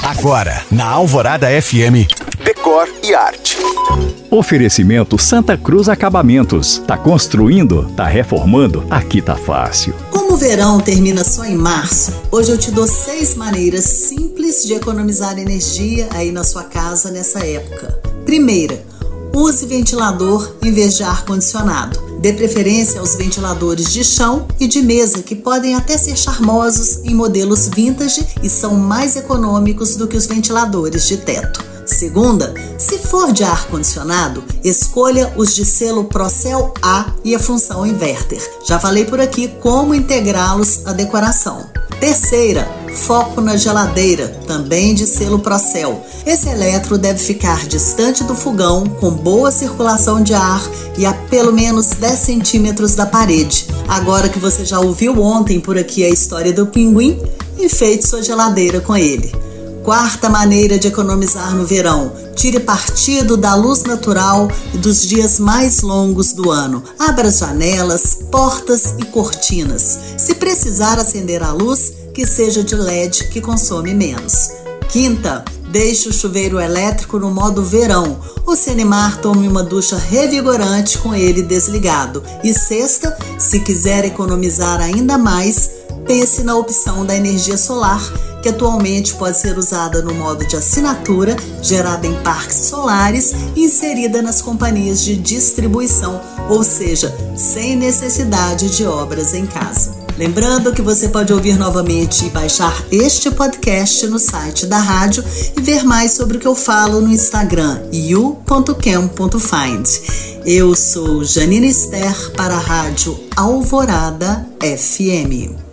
Agora, na Alvorada FM, Decor e Arte. Oferecimento Santa Cruz Acabamentos. Tá construindo? Tá reformando? Aqui tá fácil. Como o verão termina só em março, hoje eu te dou 6 maneiras simples de economizar energia aí na sua casa nessa época. Primeira, use ventilador em vez de ar-condicionado. Dê preferência aos ventiladores de chão e de mesa, que podem até ser charmosos em modelos vintage e são mais econômicos do que os ventiladores de teto. Segunda, se for de ar-condicionado, escolha os de selo Procel A e a função inverter. Já falei por aqui como integrá-los à decoração. Terceira, foco na geladeira, também de selo Procel. Esse eletro deve ficar distante do fogão, com boa circulação de ar e a pelo menos 10 centímetros da parede. Agora que você já ouviu ontem por aqui a história do pinguim, enfeite sua geladeira com ele. Quarta maneira de economizar no verão: tire partido da luz natural e dos dias mais longos do ano. Abra as janelas, portas e cortinas. Se precisar acender a luz, que seja de LED, que consome menos. Quinta, deixe o chuveiro elétrico no modo verão. Ou se animar, tome uma ducha revigorante com ele desligado. E sexta, se quiser economizar ainda mais, pense na opção da energia solar, que atualmente pode ser usada no modo de assinatura, gerada em parques solares e inserida nas companhias de distribuição, ou seja, sem necessidade de obras em casa. Lembrando que você pode ouvir novamente e baixar este podcast no site da rádio e ver mais sobre o que eu falo no Instagram, you.cam.find. Eu sou Janina Esther para a Rádio Alvorada FM.